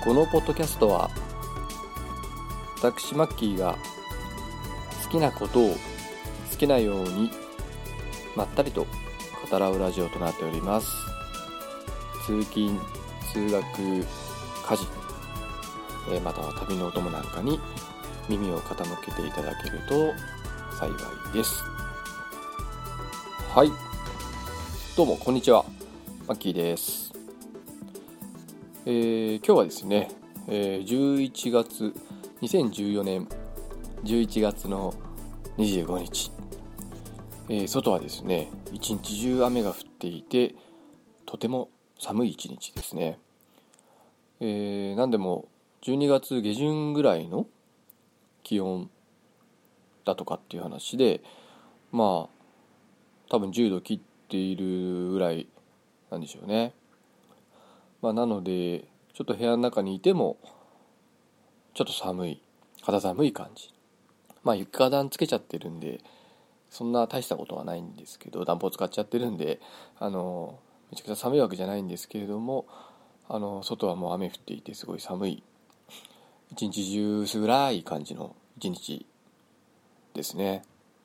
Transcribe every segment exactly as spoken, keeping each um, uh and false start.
このポッドキャストは私マッキーが好きなことを好きなようにまったりと語らうラジオとなっております。通勤、通学、家事、えー、または旅のお供なんかに耳を傾けていただけると幸いです。はい、どうもこんにちは、マッキーです。えー、今日はですね、えー、じゅういちがつにせんじゅうよねんじゅういちがつのにじゅうごにち、えー、外はですね一日中雨が降っていてとても寒い一日ですね。えー、なんでもじゅうにがつげじゅんぐらいの気温だとかっていう話で、まあ多分じゅうど切っているぐらいなんでしょうね。まあ、なのでちょっと部屋の中にいてもちょっと寒い、肌寒い感じ。まあ床暖つけちゃってるんでそんな大したことはないんですけど、暖房使っちゃってるんであのめちゃくちゃ寒いわけじゃないんですけれども、あの外はもう雨降っていてすごい寒い一日中薄暗い感じの一日ですね。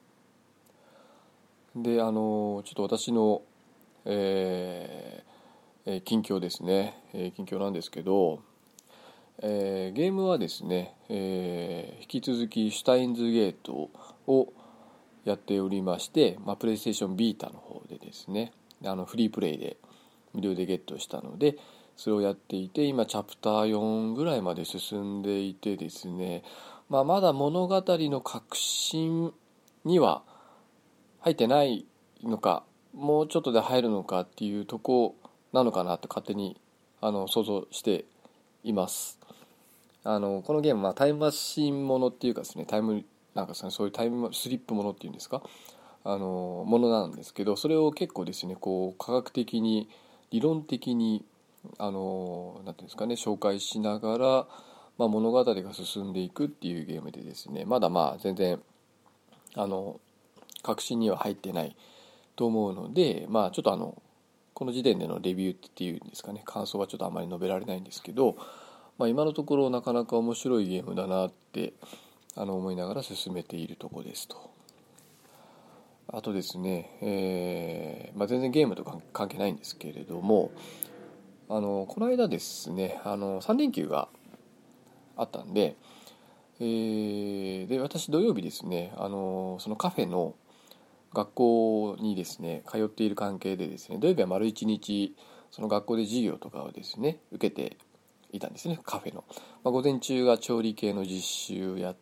であのちょっと私の、えーえー近況ですね、えー近況なんですけど、えーゲームはですね、えー引き続きシュタインズゲートをやっておりまして、まあ、プレイステーションビータの方でですね、あのフリープレイで無料でゲットしたのでそれをやっていて、今チャプターよんぐらいまで進んでいてですね、まあ、まだ物語の核心には入ってないのか、もうちょっとで入るのかっていうとこなのかなと勝手にあの想像しています。あのこのゲームはタイムマシンものっていうかですね、タイムなんかそういうタイムスリップものっていうんですか、あのものなんですけど、それを結構ですねこう科学的に理論的にあのなんていうんですかね紹介しながら、まあ、物語が進んでいくっていうゲームでですね、まだまあ全然あの確信には入ってないと思うので、まあちょっとあのこの時点でのレビューっていうんですかね、感想はちょっとあまり述べられないんですけど、まあ、今のところなかなか面白いゲームだなってあの思いながら進めているところですと。あとですね、えーまあ、全然ゲームと関係ないんですけれども、あのこの間ですねあのさん連休があったんで、えーで私土曜日ですね、あのそのカフェの学校にですね通っている関係でですね、土曜日は丸一日その学校で授業とかをですね受けていたんですね、カフェの。まあ、午前中が調理系の実習やって、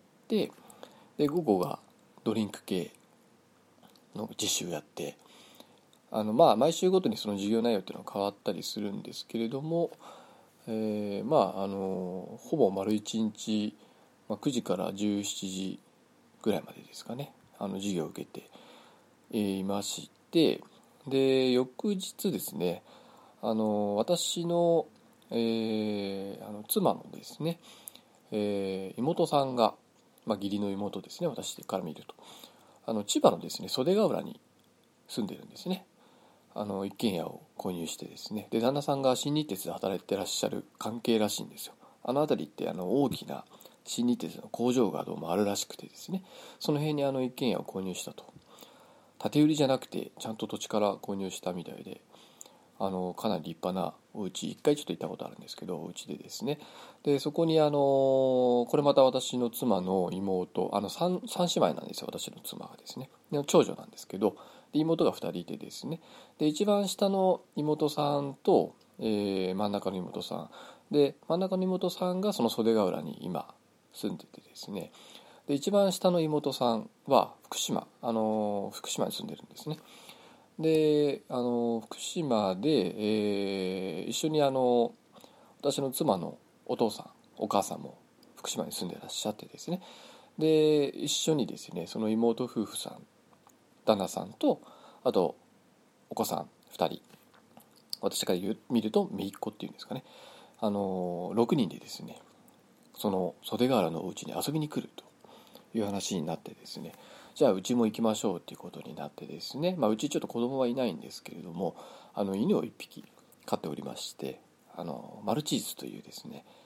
で午後がドリンク系の実習やって、あのまあ毎週ごとにその授業内容っていうのは変わったりするんですけれども、えー、まああのほぼ丸一日、まあ、くじからじゅうしちじぐらいまでですかね、あの授業を受けていまして、で翌日ですね、あの私の、えー、あの妻のですね、えー、妹さんが、まあ、義理の妹ですね、私から見るとあの千葉のですね袖ヶ浦に住んでるんですね。あの一軒家を購入してですね、で旦那さんが新日鉄で働いてらっしゃる関係らしいんですよ。あの辺りってあの大きな新日鉄の工場がどうもあるらしくてですね、その辺にあの一軒家を購入したと。建て売りじゃなくてちゃんと土地から購入したみたいで、あのかなり立派なお家、一回ちょっと行ったことあるんですけど、お家でですね、でそこにあのこれまた私の妻の妹、あの 3, 三姉妹なんですよ、私の妻がですね。で長女なんですけど、で妹がふたりいてですね、で一番下の妹さんと、えー、真ん中の妹さんで、真ん中の妹さんがその袖ヶ浦に今住んでてですね、で一番下の妹さんは福島、あの福島に住んでるんですね。であの福島で、えー一緒にあの私の妻のお父さんお母さんも福島に住んでらっしゃってですね、で一緒にですねその妹夫婦さん、旦那さんとあとお子さんふたり、私から見ると姪っ子っていうんですかね、あのろくにんでですねその袖ヶ浦のお家に遊びに来るという話になってですね、じゃあうちも行きましょうっていうことになってですね、まあ、うちちょっと子供はいないんですけれども、あの犬をいっぴき飼っておりまして、あのマルチーズというですね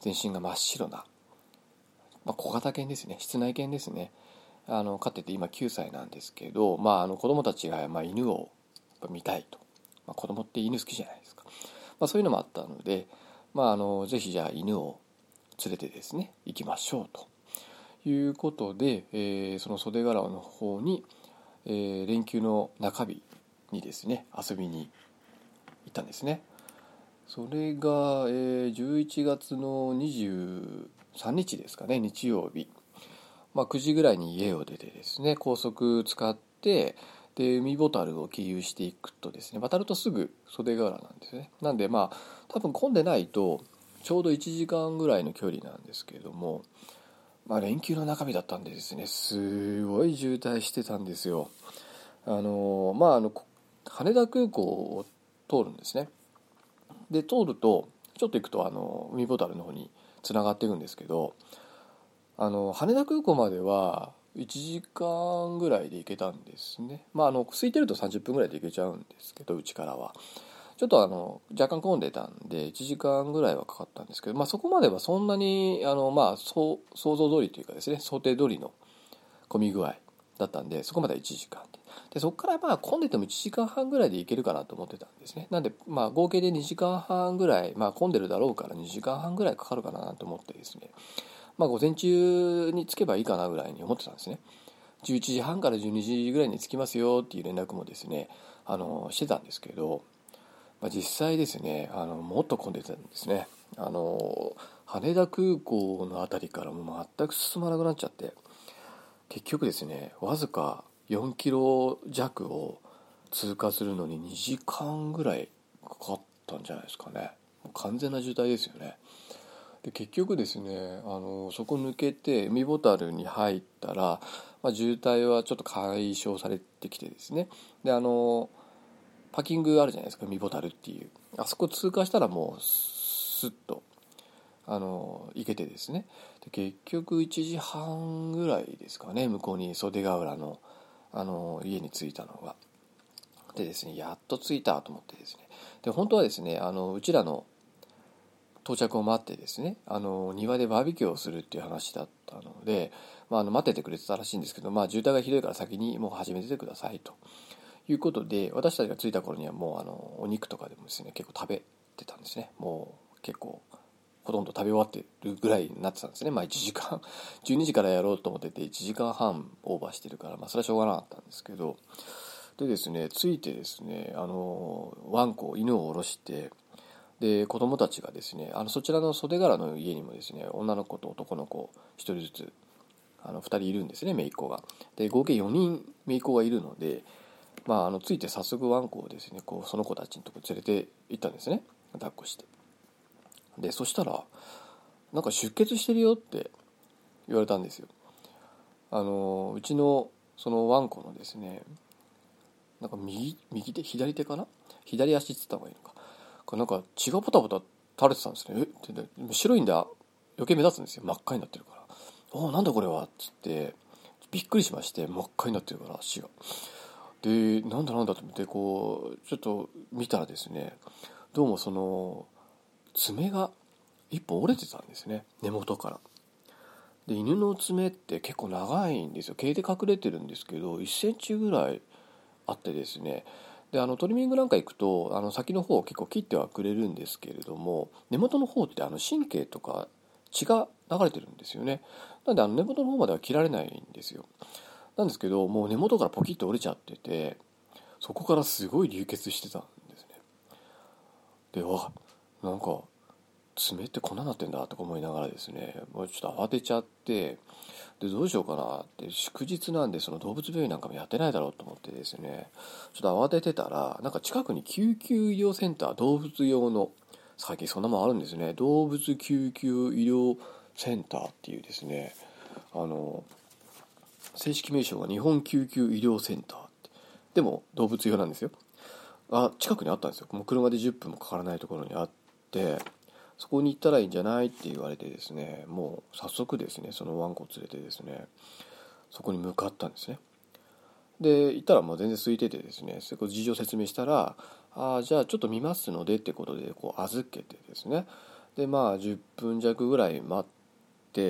全身が真っ白な、まあ、小型犬ですね。室内犬ですね。あの飼ってて今きゅうさいなんですけど、まあ、あの子供たちが、まあ、犬を見たいと、まあ、子供って犬好きじゃないですか、まあ、そういうのもあったので、まあ、あのぜひじゃあ犬を連れてですね行きましょうということで、えー、その袖ヶ浦の方に、えー、連休の中日にですね遊びに行ったんですね。それが、えー、じゅういちがつのにじゅうさんにちですかね、日曜日、まあ、くじぐらいに家を出てですね、高速使ってで海ボタルを経由していくとですね、渡るとすぐ袖ヶ浦なんですね。なんでまあ多分混んでないとちょうどいちじかんぐらいの距離なんですけれども、まあ、連休の中日だったんでですね、すごい渋滞してたんですよ。あのまああの羽田空港を通るんですね。で通るとちょっと行くとあの海ボタルの方につながっていくんですけど、あの羽田空港まではいちじかんぐらいで行けたんですね。まああの空いてるとさんじゅっぷんぐらいで行けちゃうんですけど、うちからはちょっとあの若干混んでたんでいちじかんぐらいはかかったんですけど、まあ、そこまではそんなにあの、まあ、想像通りというかですね、想定通りの混み具合だったんで、そこまではいちじかんで、でそこからまあ混んでてもいちじかんはんぐらいで行けるかなと思ってたんですね。なんでまあ合計でにじかんはんぐらい、まあ、混んでるだろうからにじかんはんぐらいかかるかなと思ってですね、まあ、午前中に着けばいいかなぐらいに思ってたんですね。じゅういちじはんからじゅうにじぐらいに着きますよっていう連絡もですねあのしてたんですけど、まあ、実際ですねあのもっと混んでたんですね。あの羽田空港の辺りからもう全く進まなくなっちゃって、結局ですねわずかよんキロ弱を通過するのににじかんぐらいかかったんじゃないですかね。もう完全な渋滞ですよね。で結局ですねあのそこ抜けて海ボタルに入ったら、まあ、渋滞はちょっと解消されてきてですね、であのパーキングあるじゃないですか、海ボタルっていう、あそこ通過したらもうスッとあの行けてですね、で結局いちじはんぐらいですかね、向こうに袖ヶ浦のあの家に着いたのが。でですねやっと着いたと思ってですね、で本当はですねあのうちらの到着を待ってですねあの庭でバーベキューをするっていう話だったので、まあ、あの待っててくれてたらしいんですけど、まあ、渋滞がひどいから先にもう始めててくださいということで、私たちが着いた頃にはもうあのお肉とかでもですね結構食べてたんですね。もう結構ほとんど食べ終わってるぐらいになってたんですね。まあいちじかんじゅうにじからやろうと思ってていちじかんはんオーバーしてるから、まあそれはしょうがなかったんですけど、でですね着いてですねあのワンコ犬を下ろして、で子供たちがですねあのそちらの袖ヶ浦の家にもですね女の子と男の子ひとりずつあのふたりいるんですね、姪っ子が。で合計よにん姪っ子がいるので、まあ、あのついて早速ワンコをですねこうその子たちのとこ連れて行ったんですね、抱っこして。でそしたらなんか出血してるよって言われたんですよ。あのうちのそのワンコのですねなんか右右手左手かな、左足っつった方がいいのか、これなんか血がポタポタ垂れてたんですね。えってで白いんだ、余計目立つんですよ、真っ赤になってるから。おおなんだこれはっつってびっくりしまして、真っ赤になってるから足が。でなんだなんだと思ってこうちょっと見たらですね、どうもその爪が一本折れてたんですね、根元から。で犬の爪って結構長いんですよ、毛で隠れてるんですけどいっセンチぐらいあってですね、であのトリミングなんか行くとあの先の方を結構切ってはくれるんですけれども、根元の方ってあの神経とか血が流れてるんですよね。なんであの根元の方までは切られないんですよ。なんですけどもう根元からポキッと折れちゃってて、そこからすごい流血してたんですね。でわなんか爪ってこんなになってんだとか思いながらですね、もうちょっと慌てちゃって、でどうしようかなって、祝日なんでその動物病院なんかもやってないだろうと思ってですねちょっと慌ててたら、なんか近くに救急医療センター、動物用の、最近そんなもんあるんですね、動物救急医療センターっていうですね、あの正式名称が日本救急医療センターって、でも動物用なんですよ。あ近くにあったんですよ。もう車でじゅっぷんもかからないところにあって、そこに行ったらいいんじゃないって言われてですね、もう早速ですねそのワンコを連れてですねそこに向かったんですね。で行ったらもう全然空いててですね、そこ事情説明したら、あじゃあちょっと見ますのでってことでこう預けてですね、 でまあじゅっぷん弱ぐらい待って、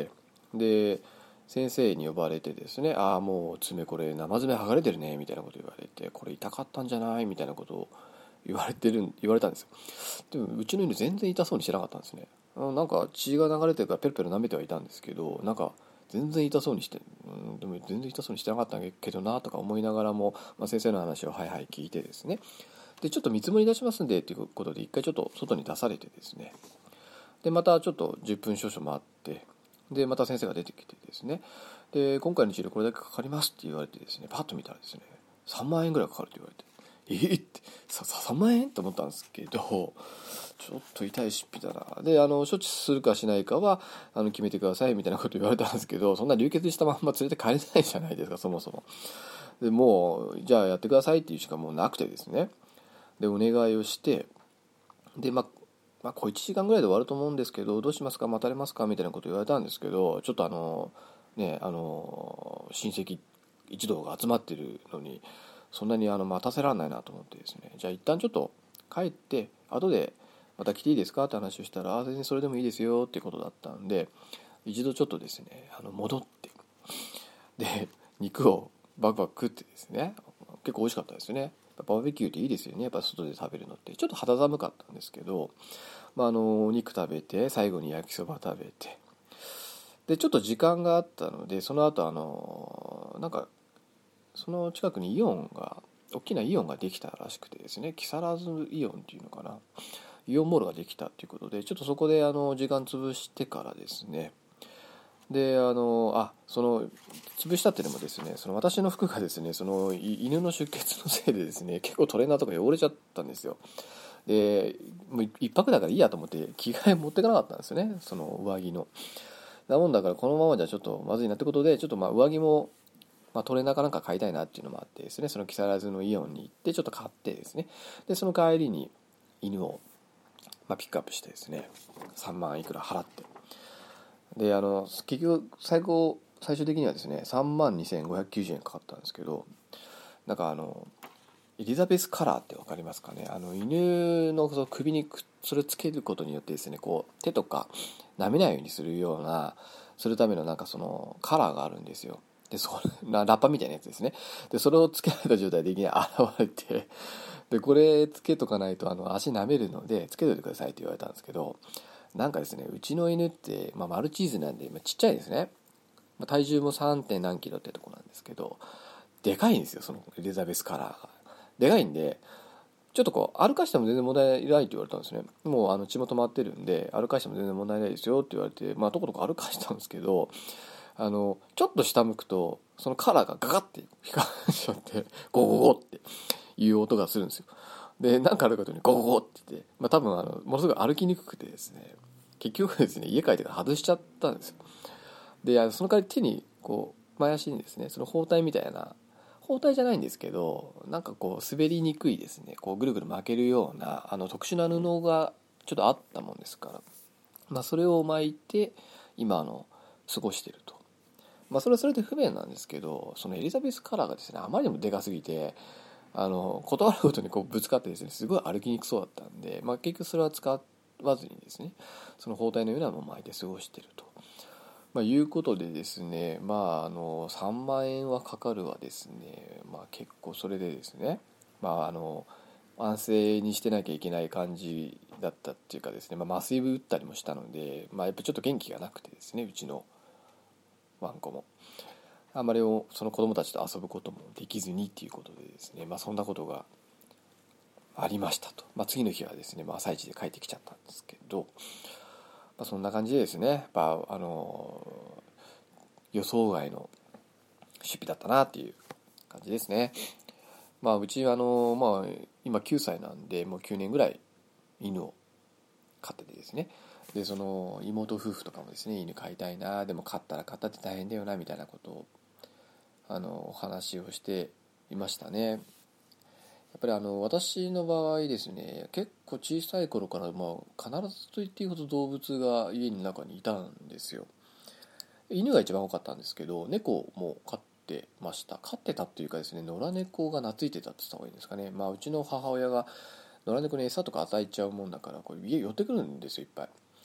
で先生に呼ばれてですね、ああもう爪これ生爪剥がれてるねみたいなこと言われて、これ痛かったんじゃないみたいなことを言われてる言われたんですよ。でもうちの犬全然痛そうにしてなかったんですね。あのなんか血が流れてるからペロペロ舐めてはいたんですけど、なんか全然痛そうにして、うん、でも全然痛そうにしてなかったけどなとか思いながらも、まあ、先生の話をはいはい聞いてですね、でちょっと見積もり出しますんでということで一回ちょっと外に出されてですね、でまたちょっとじゅっぷん少々待って、でまた先生が出てきてですね、で今回の治療これだけかかりますって言われてですね、パッと見たらですねさんまんえんぐらいかかるって言われて、えー、ってささんまんえんと思ったんですけど、ちょっと痛い出費だな。であの処置するかしないかはあの決めてくださいみたいなこと言われたんですけど、そんな流血したまんま連れて帰れないじゃないですか、そもそも。でもうじゃあやってくださいっていうしかもうなくてですね、でお願いをして、でまあまあ、小いちじかんぐらいで終わると思うんですけど、どうしますか、待たれますかみたいなこと言われたんですけど、ちょっとあのねあの親戚一同が集まってるのにそんなにあの待たせられないなと思ってですね、じゃあ一旦ちょっと帰って後でまた来ていいですかって話をしたら、あ全然それでもいいですよっていうことだったんで、一度ちょっとですねあの戻って、で肉をバクバク食ってですね、結構美味しかったですね。バーベキューっていいですよね、やっぱ外で食べるのって。ちょっと肌寒かったんですけど、まあ、あのお肉食べて最後に焼きそば食べて、でちょっと時間があったのでその後あのなんかその近くにイオンが大きなイオンができたらしくてですね、木更津イオンっていうのかな、イオンモールができたっていうことで、ちょっとそこであの時間潰してからですね、であのあその潰したっていうのもですね、その私の服がですね、その犬の出血のせいでですね結構トレーナーとか汚れちゃったんですよ。でもう一泊だからいいやと思って着替え持ってかなかったんですよね、その上着の。なもんだからこのままじゃちょっとまずいなってことで、ちょっとまあ上着も、まあ、トレーナーかなんか買いたいなっていうのもあってですね、その木更津のイオンに行ってちょっと買ってですね、でその帰りに犬を、まあ、ピックアップしてですねさんまんいくら払って、であの結局最高最終的にはですねさんまんにせんごひゃくきゅうじゅうえんかかったんですけど、なんかあのエリザベスカラーって分かりますかね、あの犬のその首にそれをつけることによってですね、こう手とか舐めないようにするようなするためのなんかそのカラーがあるんですよ。でそれラッパみたいなやつですね。でそれをつけられた状態でいきなり現れて、でこれつけとかないとあの足舐めるのでつけといてくださいって言われたんですけど、なんかですねうちの犬って、まあ、マルチーズなんで、まあ、ちっちゃいですね、まあ、体重も さん. 点何キロってとこなんですけど、でかいんですよ、そのエリザベスカラーが。でかいんでちょっとこう歩かしても全然問題ないって言われたんですね。もうあの血も止まってるんで歩かしても全然問題ないですよって言われて、まあとことこ歩かしたんですけど、あのちょっと下向くとそのカラーがガガッて光っちゃってゴゴゴっていう音がするんですよ。でなんかあることにゴゴゴって言って、まあ多分あのものすごい歩きにくくてですね、結局ですね家帰ってから外しちゃったんですよ。であのその代わり手にこう前足にですねその包帯みたいな、包帯じゃないんですけど、なんかこう滑りにくいですね、こうぐるぐる巻けるようなあの特殊な布がちょっとあったもんですから、まあ、それを巻いて今あの過ごしていると。まあそれはそれで不便なんですけど、そのエリザベスカラーがですねあまりにもでかすぎて、あの断るごとにこうぶつかってですねすごい歩きにくそうだったんで、まあ、結局それは使わずにですねその包帯のようなものを巻いて過ごしていると。まあ、いうことでですね、まあ、あのさんまんえんはかかるわですね、まあ、結構それでですね、まあ、あの安静にしてなきゃいけない感じだったっていうかですね、まあ、麻酔打ったりもしたので、まあ、やっぱちょっと元気がなくてですねうちのワンコもあまりその子供たちと遊ぶこともできずにっていうことでですね、まあ、そんなことがありましたと。まあ、次の日はですね、まあ、朝一で帰ってきちゃったんですけど、まあ、そんな感じでですねやっぱあの予想外の出費だったなっていう感じですね。まあうちあのまあ今きゅうさいなんでもうきゅうねんぐらい犬を飼っててですね、でその妹夫婦とかもですね犬飼いたいな、でも飼ったら飼ったって大変だよなみたいなことをあのお話をしていましたね。やっぱりあの私の場合ですね結構小さい頃から、まあ、必ずと言っていいほど動物が家の中にいたんですよ。犬が一番多かったんですけど猫も飼ってました。飼ってたっていうかですね野良猫が懐いてたって言った方がいいんですかね。まあうちの母親が野良猫に餌とか与えちゃうもんだからこれ家寄ってくるんですよいっぱい。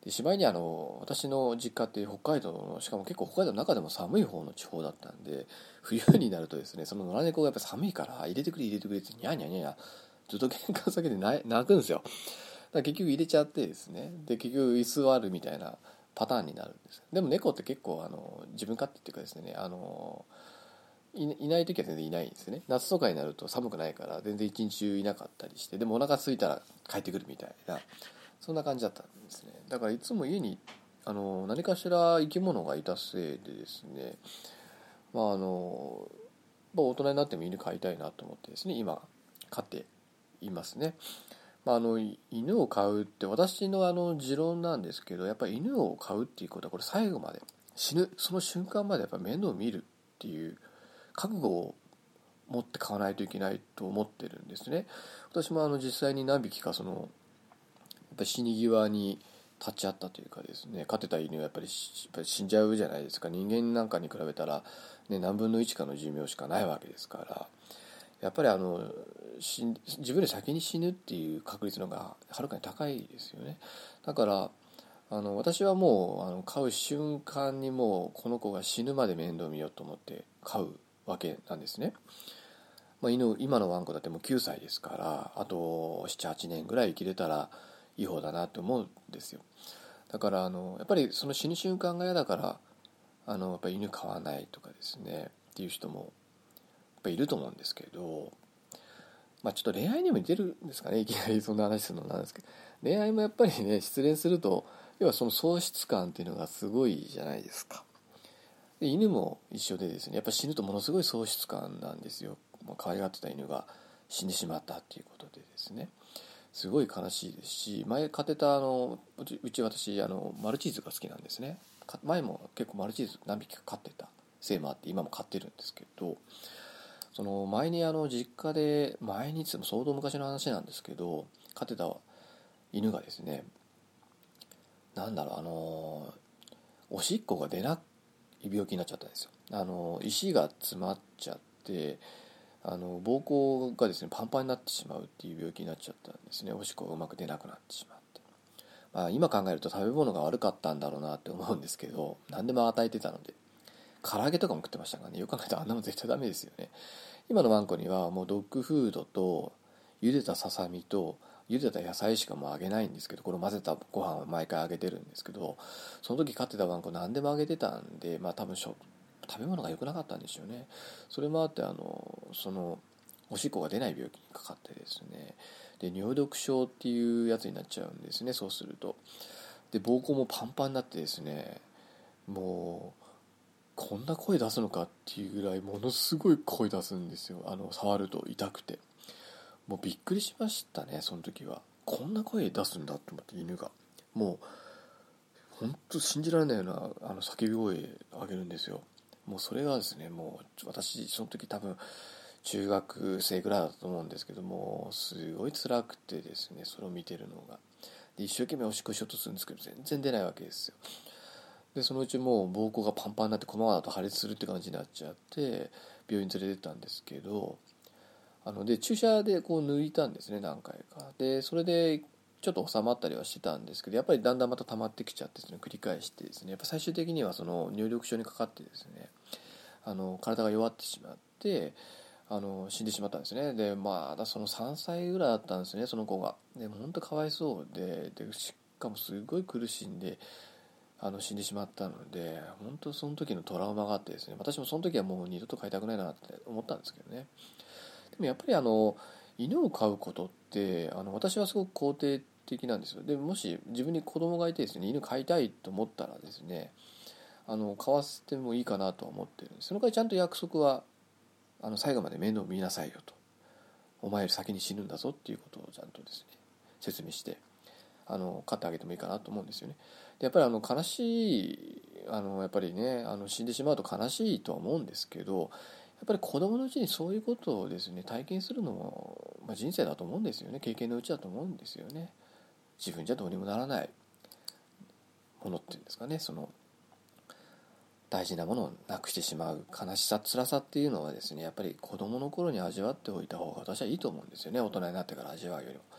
でしまいにあの私の実家って北海道の、しかも結構北海道の中でも寒い方の地方だったんで、冬になるとですね、その野良猫がやっぱ寒いから入れてくれ入れてくれってニャーニャーニャーニャーずっと喧嘩避けて泣くんですよ。だから結局入れちゃってですね、で結局居座るみたいなパターンになるんです。でも猫って結構あの自分勝手っていうかですね、あのい, いない時は全然いないんですね。夏とかになると寒くないから全然一日中いなかったりして、でもお腹空いたら帰ってくるみたいな、そんな感じだったんですね。だからいつも家にあの何かしら生き物がいたせいでですね、まああの大人になっても犬飼いたいなと思ってですね、今飼っていますね。まあ、あの犬を飼うって私のあの持論なんですけど、やっぱり犬を飼うっていうことはこれ最後まで死ぬその瞬間までやっぱ面倒を見るっていう覚悟を持って飼わないといけないと思ってるんですね。私もあの実際に何匹かそのやっぱり死に際に立ち会ったというかですね、飼ってた犬はやっぱりやっぱり死んじゃうじゃないですか。人間なんかに比べたら、ね、何分のいちかの寿命しかないわけですから、やっぱりあの自分で先に死ぬっていう確率の方がはるかに高いですよね。だからあの私はもうあの飼う瞬間にもうこの子が死ぬまで面倒見ようと思って飼うわけなんですね。まあ、犬今のワンコだってもうきゅうさいですから、あとななはちねんぐらい生きれたらいい方だなと思うんですよ。だからあのやっぱりその死ぬ瞬間が嫌だからあのやっぱり犬飼わないとかですねっていう人もやっぱりいると思うんですけど、まあ、ちょっと恋愛にも似てるんですかね。いきなりそんな話するのなんですけど、恋愛もやっぱりね失恋すると要はその喪失感っていうのがすごいじゃないですか。で犬も一緒でですね、やっぱ死ぬとものすごい喪失感なんですよ。まあ、可愛がってた犬が死んでしまったっていうことでですね、すごい悲しいですし、前飼ってたあのうちうち私あのマルチーズが好きなんですね。前も結構マルチーズ何匹か飼ってたせいもあって今も飼ってるんですけど、その前にあの実家で前にいつも相当昔の話なんですけど飼ってた犬がですね、なんだろうあのおしっこが出ない病気になっちゃったんですよ。あの石が詰まっちゃってあの膀胱がですねパンパンになってしまうっていう病気になっちゃったんですね。おしっこがうまく出なくなってしまって、まあ、今考えると食べ物が悪かったんだろうなって思うんですけど、何でも与えてたので唐揚げとかも食ってましたからね。よく考えたらあんなもん絶対ダメですよね。今のワンコにはもうドッグフードと茹でたささみと茹でた野菜しかもうあげないんですけど、これを混ぜたご飯を毎回あげてるんですけど、その時飼ってたワンコ何でもあげてたんで、まあ多分食べ物が良くなかったんでしょうね。それもあってあのそのおしっこが出ない病気にかかってですね、で尿毒症っていうやつになっちゃうんですね。そうするとで膀胱もパンパンになってですね、もうこんな声出すのかっていうぐらいものすごい声出すんですよ。あの触ると痛くてもうびっくりしましたね。その時はこんな声出すんだと思って、犬がもう本当信じられないようなあの叫び声上げるんですよ。もうそれがですね、もう私その時多分中学生ぐらいだったと思うんですけども、すごい辛くてですね、それを見てるのがで一生懸命おしっこしようとするんですけど全然出ないわけですよ。でそのうちもう膀胱がパンパンになってこのままだと破裂するって感じになっちゃって病院連れてったんですけど、あので注射でこう抜いたんですね、何回かで。それでちょっと収まったりはしてたんですけど、やっぱりだんだんまた溜まってきちゃってですね、繰り返してですね、やっぱ最終的にはその入力症にかかってですね、あの体が弱ってしまってあの死んでしまったんですね。でまだそのさんさいぐらいだったんですね、その子が。でも本当かわいそうで、でしかもすごい苦しんであの死んでしまったので、本当その時のトラウマがあってですね、私もその時はもう二度と飼いたくないなって思ったんですけどね。でもやっぱりあの犬を飼うことってあの私はすごく肯定的なんですよ。でもし自分に子供がいてですね、犬飼いたいと思ったらですね、あの飼わせてもいいかなとは思ってるんです。その代わりちゃんと約束はあの最後まで面倒を見なさいよと、お前より先に死ぬんだぞっていうことをちゃんとですね説明してあの飼ってあげてもいいかなと思うんですよね。でやっぱりあの悲しいあのやっぱりねあの死んでしまうと悲しいとは思うんですけど、やっぱり子供のうちにそういうことをですね体験するのも、まあ、人生だと思うんですよね。経験のうちだと思うんですよね。自分じゃどうにもならないものっていうんですかね、その大事なものをなくしてしまう悲しさ辛さっていうのはですね、やっぱり子供の頃に味わっておいた方が私はいいと思うんですよね、大人になってから味わうよりも。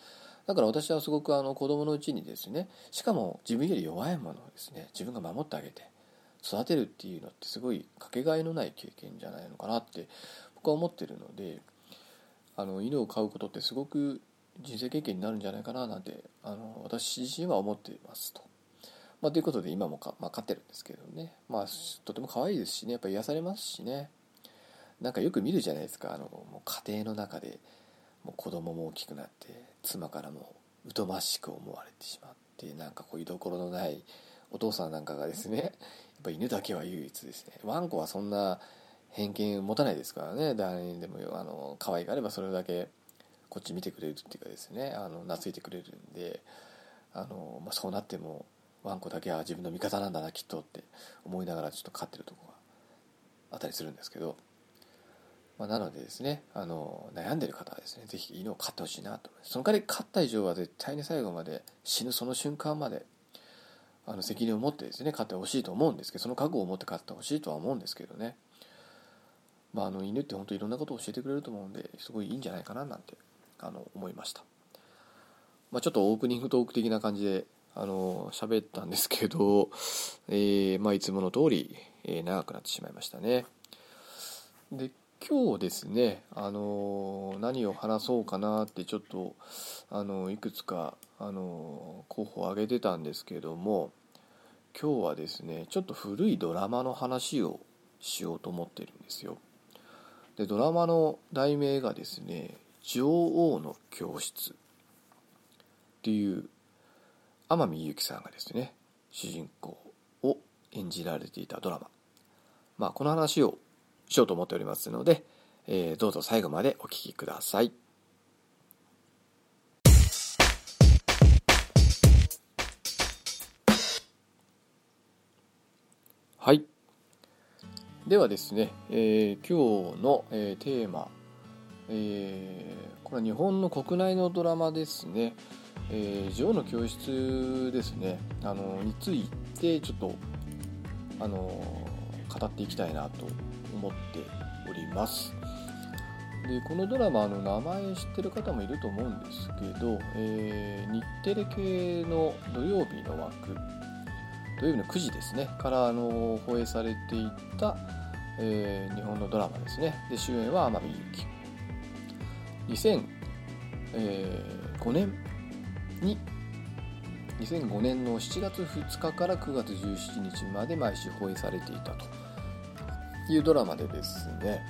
だから私はすごくあの子供のうちにですね、しかも自分より弱いものをですね、自分が守ってあげて育てるっていうのってすごいかけがえのない経験じゃないのかなって僕は思ってるので、あの犬を飼うことってすごく人生経験になるんじゃないかななんてあの私自身は思っていますと。まあ、ということで今もか、まあ、飼ってるんですけどね、まあ、とても可愛いですしね、やっぱり癒されますしね。なんかよく見るじゃないですか、あのもう家庭の中でもう子供も大きくなって妻からも疎ましく思われてしまって、なんかこう居所のないお父さんなんかがですね、やっぱ犬だけは唯一ですね、ワンコはそんな偏見持たないですからね、誰にでもあの可愛がればそれだけこっち見てくれるっていうかですね、あの懐いてくれるんで、あの、まあ、そうなってもワンコだけは自分の味方なんだなきっとって思いながらちょっと飼ってるところがあったりするんですけど、まあ、なのでですね、あの悩んでる方はですね、ぜひ犬を飼ってほしいなと。その代わり飼った以上は絶対に最後まで、死ぬその瞬間まであの責任を持ってですね飼ってほしいと思うんですけど、その覚悟を持って飼ってほしいとは思うんですけどね。まあ、あの犬って本当にいろんなことを教えてくれると思うんで、すごいいいんじゃないかななんてあの思いました。まあ、ちょっとオープニングトーク的な感じであの喋ったんですけど、えーまあ、いつもの通り、えー、長くなってしまいましたね。で今日ですね、あの何を話そうかなってちょっとあのいくつかあの候補を挙げてたんですけども、今日はですねちょっと古いドラマの話をしようと思ってるんですよ。でドラマの題名がですね、女王の教室っていう天海祐希さんがですね主人公を演じられていたドラマ、まあ、この話をしようと思っておりますので、えー、どうぞ最後までお聞きください。はい、ではですね、えー、今日の、えー、テーマ、えー、これは日本の国内のドラマですね、えー、女王の教室ですね、あのについてちょっとあの語っていきたいなと思っております。でこのドラマの名前知ってる方もいると思うんですけど、えー、日テレ系の土曜日の枠、土曜日のくじですねからあの放映されていた、えー、日本のドラマですね。で主演は天海祐希。にせんごねんににせんごねんのしちがつふつかからくがつじゅうしちにちまで毎週放映されていたというドラマでですね、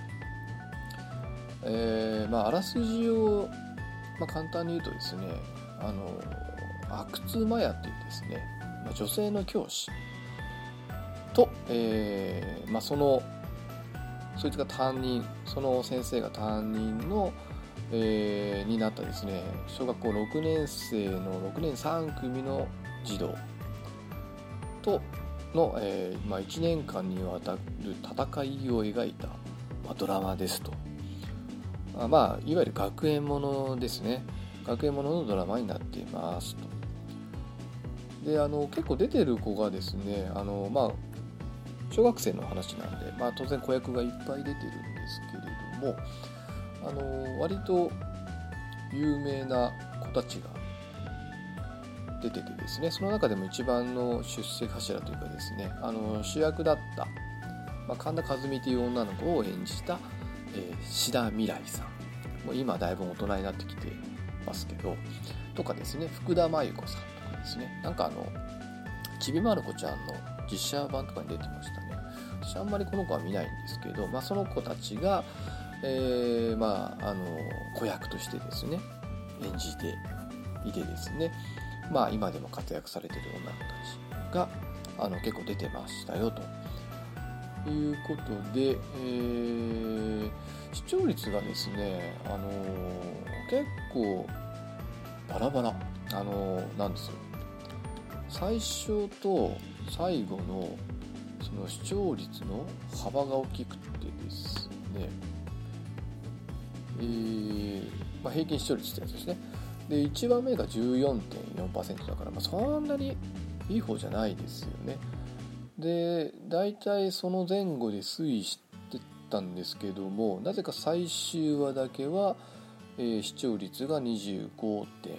えーまあ、あらすじを、まあ、簡単に言うとですね、あの阿久津麻也というですね、まあ、女性の教師と、えーまあ、そのそいつが担任、その先生が担任の、えー、になったですね、小学校ろくねん生のろくねんさんくみの児童との、えーまあ、いちねんかんにわたる戦いを描いた、まあ、ドラマですと。あまあ、いわゆる学園ものですね。学園もののドラマになっていますと。で、あの結構出てる子がですね、あのまあ小学生の話なんで、まあ、当然子役がいっぱい出てるんですけれども、あの割と有名な子たちが出ててですね、その中でも一番の出世頭というかですね、あの主役だった、まあ、神田和美という女の子を演じた、えー、志田未来さん、もう今だいぶ大人になってきてますけどとかですね、福田真由子さんとかですね、なんかあのちびまる子ちゃんの実写版とかに出てましたね。私あんまりこの子は見ないんですけど、まあ、その子たちが、えー、まああの子役としてですね演じていてですね、まあ今でも活躍されている女の子たちがあの結構出てましたよということで、えー、視聴率がですね、あのー、結構バラバラ、あのー、なんですよ。最初と最後のその視聴率の幅が大きくてですね、えーまあ、平均視聴率ってやつですね。でいちばんめが じゅうよんてんよんパーセント だから、まあ、そんなにいい方じゃないですよね。でだいたいその前後で推移してたんですけども、なぜか最終話だけは、えー、視聴率が にじゅうごてん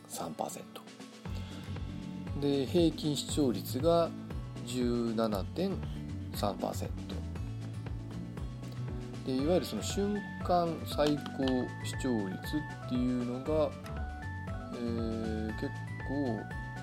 さんパーセント で、平均視聴率が じゅうななてんさんパーセント で、いわゆるその瞬間最高視聴率っていうのが、えー、結構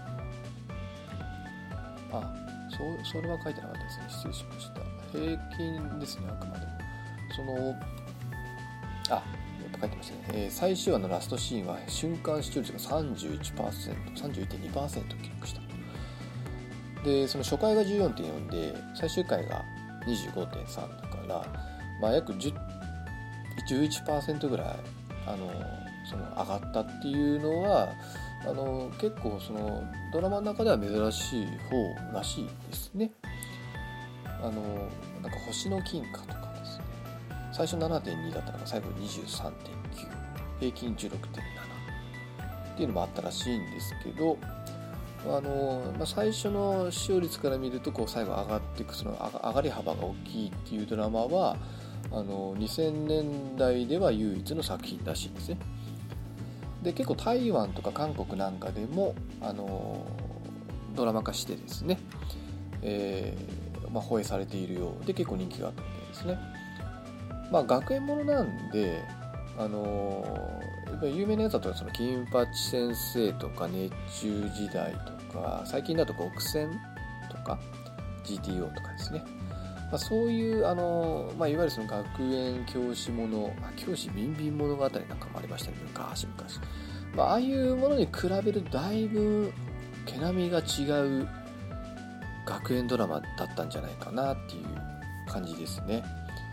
あそ, それは書いてなかったですね、失礼しました。平均ですね、あくまでもそのあやっぱ書いてましたね、えー、最終話のラストシーンは瞬間視聴率が さんじゅういちパーセント、さんじゅういってんにパーセント 記録したと。でその初回が じゅうよんてんよん で最終回が にじゅうごてんさん だから、まあ、約じゅう じゅういちパーセント ぐらいあのその上がったっていうのはあの結構そのドラマの中では珍しい方らしいですね。あのなんか星の金貨とかですね、最初 ななてんに だったのが最後 にじゅうさんてんきゅう、平均 じゅうろくてんなな っていうのもあったらしいんですけど、あのまあ、最初の視聴率から見るとこう最後上がっていくその上がり幅が大きいっていうドラマはあのにせんねんだいでは唯一の作品らしいですね。で結構台湾とか韓国なんかでもあのドラマ化してですね、えーまあ、放映されているようで結構人気があったみたいですね。まあ学園ものなんであのやっぱり有名なやつだとその金八先生とか熱中時代とか最近だと極戦とか ジーティーオー とかですね、まあ、そういうあの、まあ、いわゆるその学園教師もの、教師ビンビン物語なんかもありましたね、昔々、まあ、ああいうものに比べるとだいぶ毛並みが違う学園ドラマだったんじゃないかなっていう感じですね。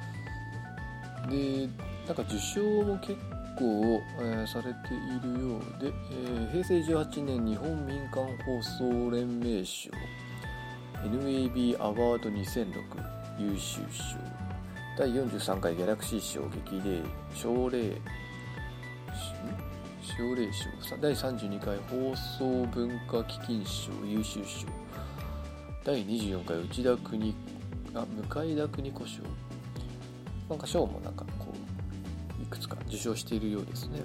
でなんか受賞も結構、えー、されているようで、えー、平成じゅうはちねん日本民間放送連盟賞 エヌエービー アワードにせんろく優秀賞、だいよんじゅうさんかいギャラクシー賞激励奨励奨励賞、だいさんじゅうにかい放送文化基金賞優秀賞、だいにじゅうよんかい内田邦あ向田邦子賞、なんか賞もなんかこういくつか受賞しているようですね。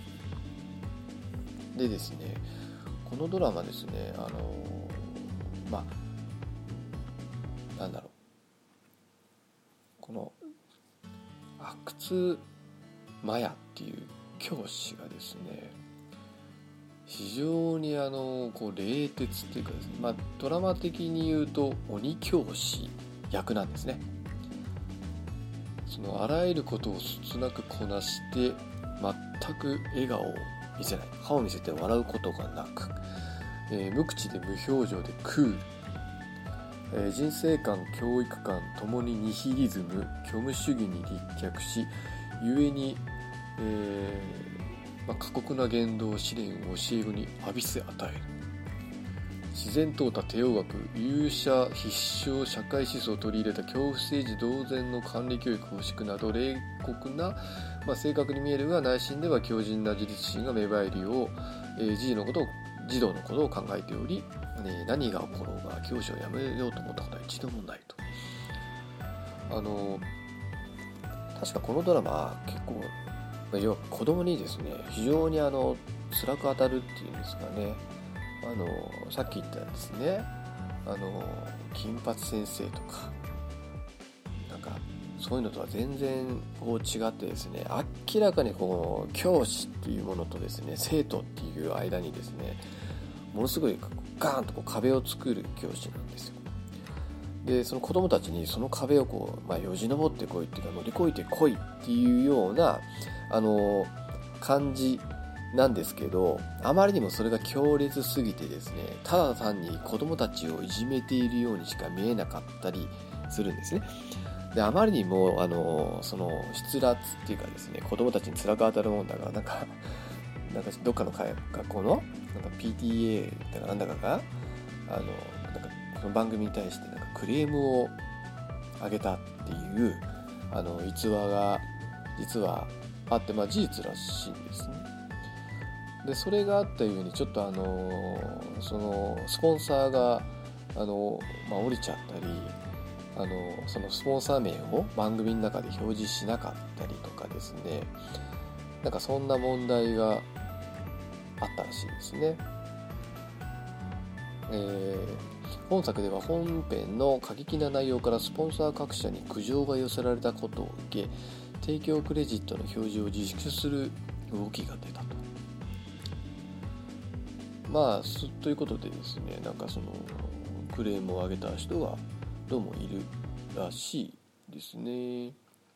でですね、このドラマですね、あのまあなんだろう、この阿久津麻也っていう教師がですね、非常にあのこう冷徹っていうかですね、まあドラマ的に言うと鬼教師役なんですね。そのあらゆることをそつなくこなして全く笑顔を見せない、歯を見せて笑うことがなく、えー、無口で無表情でクール、えー、人生観教育観ともにニヒリズム虚無主義に立脚し、故に、えーまあ、過酷な言動試練を教え子に浴びせ与える、自然淘汰帝王学勇者必勝社会思想を取り入れた恐怖政治同然の管理教育方式など冷酷な、まあ、正確に見えるが内心では強靭な自立心が芽生えるよう、えー、児童のことを児童のことを考えており、ね、何が起ころうが教師をやめようと思ったことは一度もないと。あの確かこのドラマ結構、要は子供にですね非常にあの辛く当たるっていうんですかね、あのさっき言ったですね、あの金八先生とかなんかそういうのとは全然こう違ってですね、明らかにこの教師っていうものとですね生徒っていう間にですねものすごいガーンとこう壁を作る教師なんですよ。でその子供たちにその壁をこう、まあ、よじ登ってこいっていうか乗り越えてこいっていうようなあの感じなんですけど、あまりにもそれが強烈すぎてですね、ただ単に子供たちをいじめているようにしか見えなかったりするんですね。であまりにもあのその失辣っていうかですね、子供たちに辛く当たるもんだから、なんかなんかどっかの学校のなんか ピーティーエー だかなんだかがあのなんかこの番組に対してなんかクレームを上げたっていうあの逸話が実はあって、まあ事実らしいんですね。でそれがあったようにちょっとあのそのスポンサーがあの、まあ、降りちゃったり、あのそのスポンサー名を番組の中で表示しなかったりとかですね、なんかそんな問題があったらしいですね。えー、本作では本編の過激な内容からスポンサー各社に苦情が寄せられたことを受け、提供クレジットの表示を自粛する動きが出たと。まあということでですね、なんかそのクレームを上げた人がどうもいるらしいですね。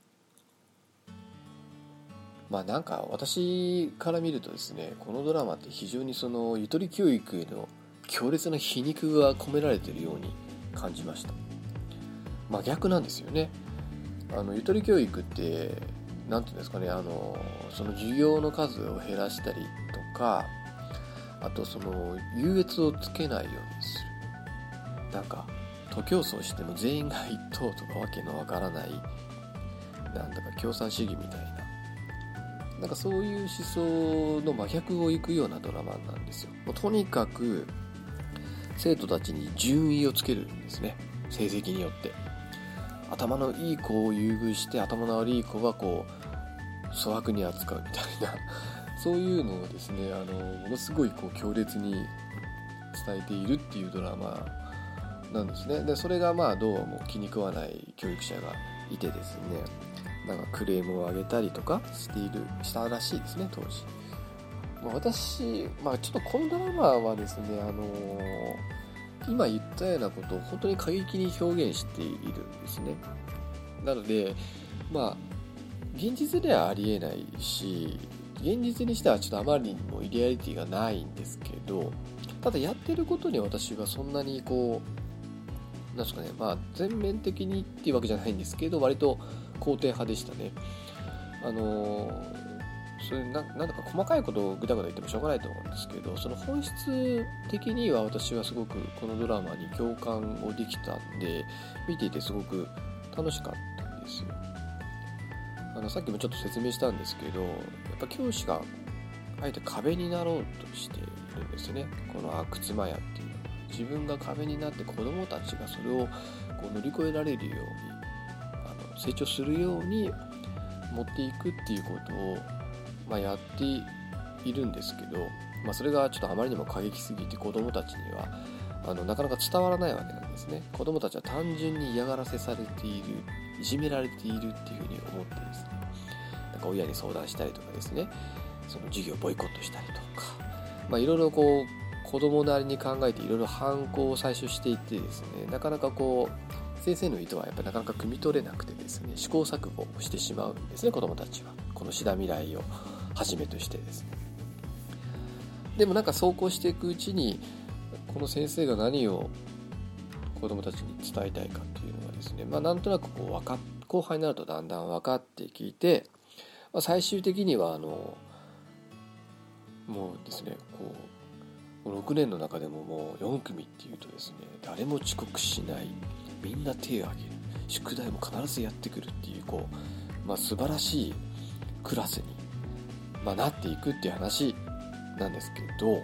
まあなんか私から見るとですね、このドラマって非常にそのゆとり教育への強烈な皮肉が込められているように感じました。真逆なんですよね。あのゆとり教育ってなんていうんですかね、あのその授業の数を減らしたりとか、あとその優越をつけないようにする、なんか徒競走しても全員が一等とかわけのわからない、なんだか共産主義みたいな、なんかそういう思想の真逆をいくようなドラマなんですよ。もうとにかく生徒たちに順位をつけるんですね、成績によって。頭のいい子を優遇して、頭の悪い子はこう粗悪に扱うみたいなそういうのをですね、あのものすごいこう強烈に伝えているっていうドラマなんですね。でそれがまあどうも気に食わない教育者がいてですね、なんかクレームを上げたりとかしているしたらしいですね、当時。私、まあ、ちょっとこのドラマはですね、あのー、今言ったようなことを本当に過激に表現しているんですね。なので、まあ、現実ではありえないし、現実にしてはちょっとあまりにもリアリティがないんですけど、ただやってることに私はそんなにこう、なんですかね、まあ、全面的にっていうわけじゃないんですけど、割と肯定派でしたね。あのーそういう な, なんだか細かいことをぐだぐだ言ってもしょうがないと思うんですけど、その本質的には私はすごくこのドラマに共感をできたんで、見ていてすごく楽しかったんですよ。あのさっきもちょっと説明したんですけど、やっぱ教師があえて壁になろうとしているんですね、この阿久津麻也っていうのは。自分が壁になって子どもたちがそれをこう乗り越えられるように、あの成長するように持っていくっていうことをまあ、やっているんですけど、まあ、それがちょっとあまりにも過激すぎて子どもたちにはあのなかなか伝わらないわけなんですね。子どもたちは単純に嫌がらせされている、いじめられているっていうふうに思ってですね、なんか親に相談したりとかですね、その授業をボイコットしたりとか、まあ、いろいろこう子どもなりに考えていろいろ反抗を採取していってですね、なかなかこう先生の意図はやっぱりなかなか汲み取れなくてですね、試行錯誤をしてしまうんですね、子どもたちは。この志田未来をはじめとしてですね。でもなんかそうこうしていくうちに、この先生が何を子どもたちに伝えたいかっていうのがですね、まあなんとなくこう分かっ後輩になるとだんだん分かってきて、まあ、最終的にはあのもうですね、こうろくねんの中でももうよん組っていうとですね、誰も遅刻しない、みんな手を挙げる、宿題も必ずやってくるっていうこう、まあ、素晴らしいクラスに、まあ、なっていくっていう話なんですけど、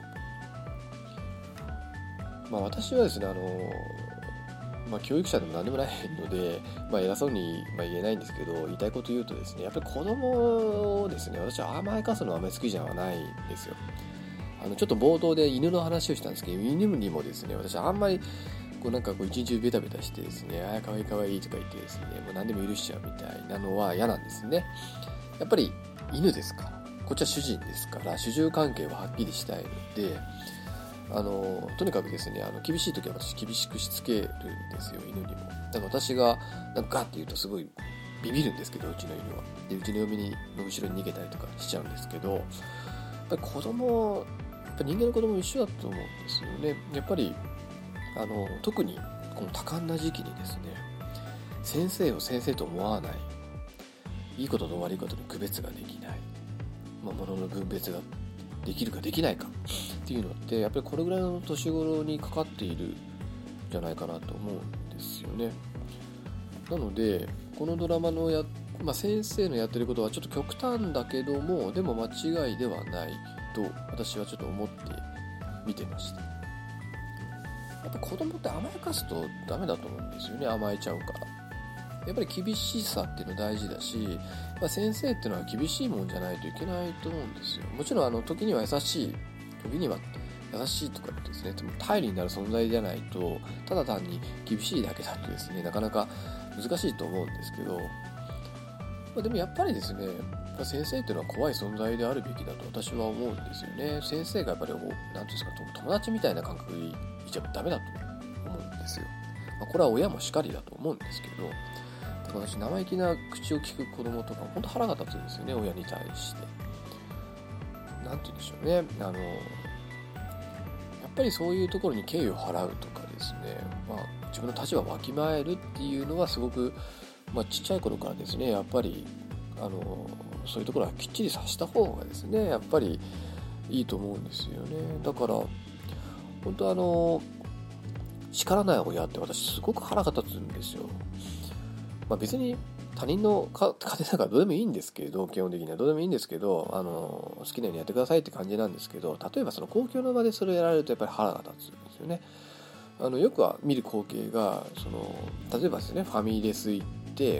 まあ、私はですね、あの、まあ、教育者でも何でもないので、まあ、偉そうにまあ言えないんですけど、言いたいこと言うとですね、やっぱり子供をですね、私は甘やかすのはあまり好きじゃないんですよ。あのちょっと冒頭で犬の話をしたんですけど、犬にもですね、私はあんまりこうなんかこう一日中ベタベタしてですね、ああかわいいかわいいとか言ってですね、もう何でも許しちゃうみたいなのは嫌なんですね。やっぱり犬ですから、こっちは主人ですから、主従関係ははっきりしたいので、あのとにかくですね、あの厳しい時は私厳しくしつけるんですよ、犬にも。だから私がなんかガッて言うとすごいビビるんですけど、うちの犬は。で、うちの嫁にの後ろに逃げたりとかしちゃうんですけど、やっぱり子供、やっぱ人間の子供も一緒だと思うんですよね。やっぱりあの特にこの多感な時期にですね、先生を先生と思わない、いいことと悪いことに区別ができない、まあ、ものの分別ができるかできないかっていうのってやっぱりこれぐらいの年頃にかかっているんじゃないかなと思うんですよね。なのでこのドラマのや、まあ、先生のやってることはちょっと極端だけども、でも間違いではないと私はちょっと思って見てました。やっぱ子供って甘やかすとダメだと思うんですよね、甘えちゃうから。やっぱり厳しさっていうの大事だし、まあ、先生っていうのは厳しいもんじゃないといけないと思うんですよ。もちろんあの時には優しい時には優しいとかですね、頼りになる存在じゃないと、ただ単に厳しいだけだとですね、なかなか難しいと思うんですけど、まあ、でもやっぱりですね、先生っていうのは怖い存在であるべきだと私は思うんですよね。先生がやっぱり何ていうんですか、友達みたいな感覚でいちゃダメだと思うんですよ。まあ、これは親もしかりだと思うんですけど、だから私生意気な口を聞く子供とか本当腹が立つんですよね、親に対して。なんて言うんでしょうね、あのやっぱりそういうところに敬意を払うとかですね、まあ、自分の立場をわきまえるっていうのはすごく、まあ、ちっちゃい頃からですね、やっぱりあのそういうところはきっちりさせた方がですね、やっぱりいいと思うんですよね。だから本当あの叱らない親って私すごく腹が立つんですよ。まあ、別に他人の家庭なんかどうでもいいんですけど、基本的にはどうでもいいんですけど、あの好きなようにやってくださいって感じなんですけど、例えばその公共の場でそれをやられるとやっぱり腹が立つんですよね。あのよくは見る光景が、その例えばですね、ファミレス行って、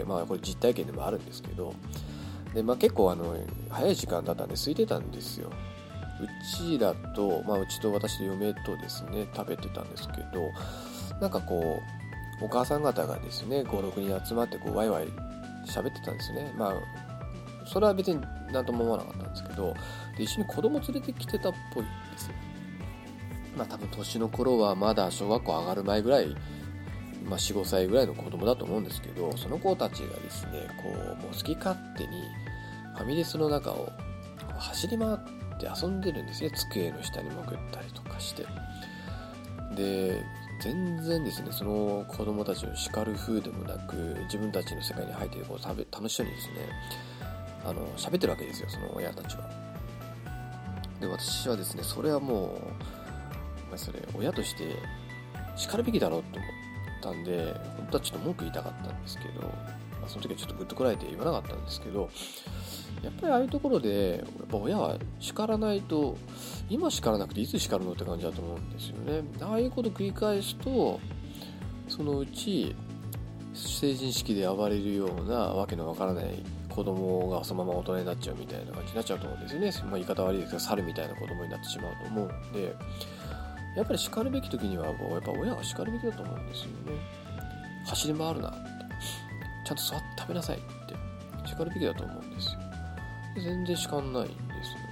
まあこれ実体験でもあるんですけど、で、まあ、結構あの早い時間だったんで空いてたんですよ。うちだと、まあ、うちと私と嫁とですね食べてたんですけど、なんかこうお母さん方がですねご、ろくにん集まってこうワイワイ喋ってたんですね。まあそれは別に何とも思わなかったんですけど、で一緒に子供連れてきてたっぽいんですよ。まあ多分年の頃はまだ小学校上がる前ぐらい、まあ、よん、ごさいぐらいの子供だと思うんですけど、その子たちがですねこうもう好き勝手にファミレスの中を走り回って遊んでるんですね。机の下に潜ったりとかして、で全然ですねその子供たちを叱る風でもなく、自分たちの世界に入ってこう食べ楽しそうにですねあの喋ってるわけですよ、その親たちは。で私はですねそれはもうそれ親として叱るべきだろうと思ったんで、本当はちょっと文句言いたかったんですけど、まあ、その時はちょっとグッとこらえて言わなかったんですけど、やっぱりああいうところでやっぱ親は叱らないと、今叱らなくていつ叱るのって感じだと思うんですよね。ああいうことを繰り返すと、そのうち成人式で暴れるようなわけのわからない子供がそのまま大人になっちゃうみたいな感じになっちゃうと思うんですよね。まあ、言い方悪いですけど猿みたいな子供になってしまうと思うんで、やっぱり叱るべき時にはやっぱ親が叱るべきだと思うんですよね。走り回るなって、ちゃんと座って食べなさいって叱るべきだと思うんですよ。全然叱んないんですよね。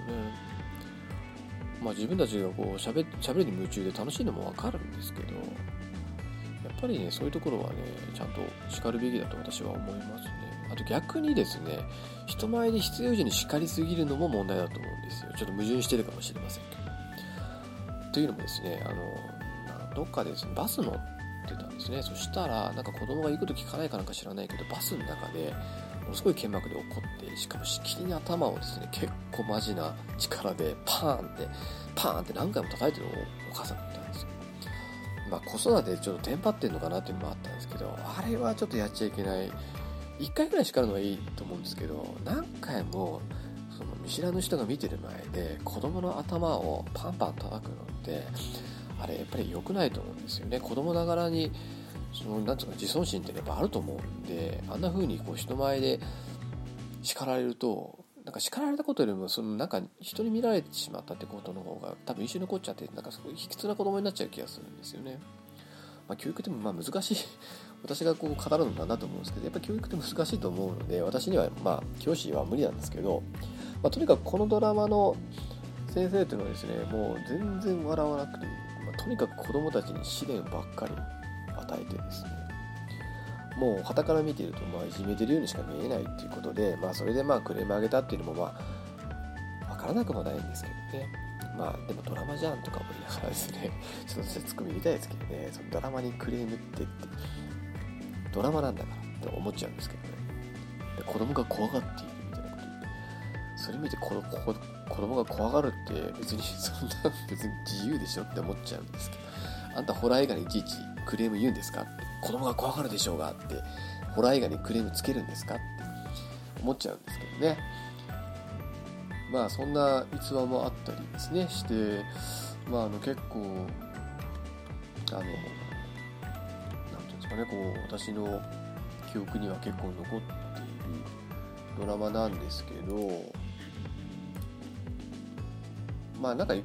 まあ自分たちがこうしゃべりに夢中で楽しいのもわかるんですけど、やっぱりねそういうところはねちゃんと叱るべきだと私は思いますね。あと逆にですね、人前で必要以上に叱りすぎるのも問題だと思うんですよ。ちょっと矛盾してるかもしれませんけど。というのもですね、あのどっかでですねバス乗ってたんですね。そしたらなんか子供が言うこと聞かないかなんか知らないけど、バスの中でものすごい剣幕で怒って、しかもしきりに頭をですね結構マジな力でパーンってパーンって何回も叩いてるのをお母さんが見たんですよ。まあ子育てでちょっとテンパってんのかなっていうのもあったんですけど、あれはちょっとやっちゃいけない。いっかいぐらい叱るのはいいと思うんですけど、何回もその見知らぬ人が見てる前で子供の頭をパンパン叩くのってあれやっぱり良くないと思うんですよね。子供ながらにそのなんていうか自尊心ってやっぱあると思うんで、あんな風にこう人前で叱られると、なんか叱られたことよりもそのなんか人に見られてしまったってことの方が多分印象に残っちゃって、なんかすごい卑屈な子供になっちゃう気がするんですよね。まあ、教育ってまあ難しい私がこう語るのなんだと思うんですけど、やっぱ教育って難しいと思うので、私にはまあ教師は無理なんですけど、まあ、とにかくこのドラマの先生というのはですね、もう全然笑わなくて、まあ、とにかく子供たちに試練ばっかり与えてですね、もう傍から見ているとまあいじめてるようにしか見えないっていうことで、まあそれでまあクレーム上げたっていうのもまあ分からなくもないんですけどね。まあでもドラマじゃんとか思いながらですね、ちょっとツッコミ入れたいですけどね、そのドラマにクレームってってドラマなんだからって思っちゃうんですけどね。で子供が怖がっているみたいなこと言って、それ見て子供子供が怖がるって別にそんな別に自由でしょって思っちゃうんですけど、あんたホラー映画にいちいちクレーム言うんですかって、子供が怖がるでしょうがってホラー映画にクレームつけるんですかって思っちゃうんですけどね。まあそんな逸話もあったりですねして、まああの結構あのなんていうんですかね、こう私の記憶には結構残っているドラマなんですけど、まあなんか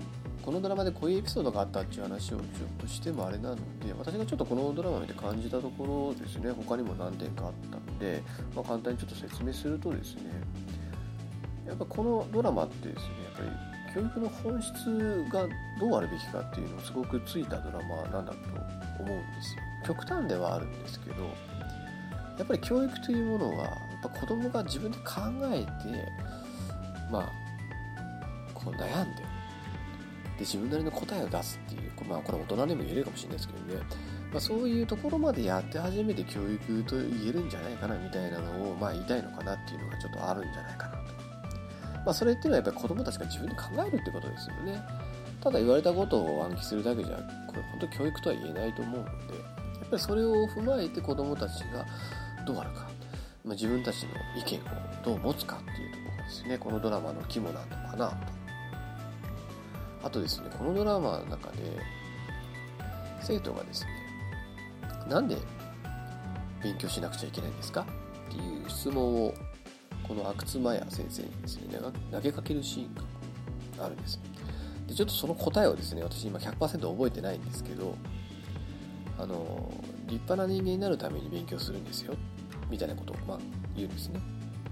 このドラマでこういうエピソードがあったっていう話をちょっとしてもあれなので、私がちょっとこのドラマを見て感じたところですね、他にも何点かあったので、まあ、簡単にちょっと説明するとですね、やっぱこのドラマってですね、やっぱり教育の本質がどうあるべきかっていうのをすごくついたドラマなんだと思うんですよ。極端ではあるんですけど、やっぱり教育というものはやっぱ子供が自分で考えて、まあこう悩んでで自分なりの答えを出すっていう、まあこれは大人にも言えるかもしれないですけどね、まあ、そういうところまでやって初めて教育と言えるんじゃないかなみたいなのをまあ言いたいのかなっていうのがちょっとあるんじゃないかなと。まあそれっていうのはやっぱり子供たちが自分で考えるってことですよね。ただ言われたことを暗記するだけじゃこれ本当に教育とは言えないと思うので、やっぱりそれを踏まえて子供たちがどうあるか、まあ、自分たちの意見をどう持つかっていうところがですね、このドラマの肝なのかなと。あとですね、このドラマの中で生徒がですね、なんで勉強しなくちゃいけないんですかっていう質問をこの阿久津真也先生にですね投げかけるシーンがあるんです。でちょっとその答えをですね、私今 ひゃくパーセント 覚えてないんですけど、あの立派な人間になるために勉強するんですよみたいなことをまあ言うんですね。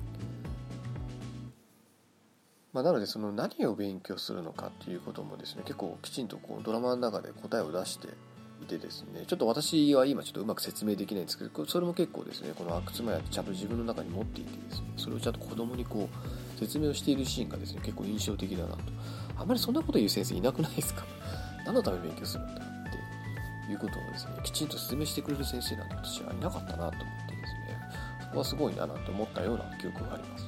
まあ、なのでその何を勉強するのかっていうこともですね、結構きちんとこうドラマの中で答えを出していてですね、ちょっと私は今ちょっとうまく説明できないんですけど、それも結構ですね、この阿久津真也ってちゃんと自分の中に持っていてですね、それをちゃんと子供にこう説明をしているシーンがですね、結構印象的だなと。あんまりそんなこと言う先生いなくないですか？何のために勉強するんだっていうことをですね、きちんと説明してくれる先生なんて私はいなかったなと思ってですね、そこはすごいなと思ったような記憶があります。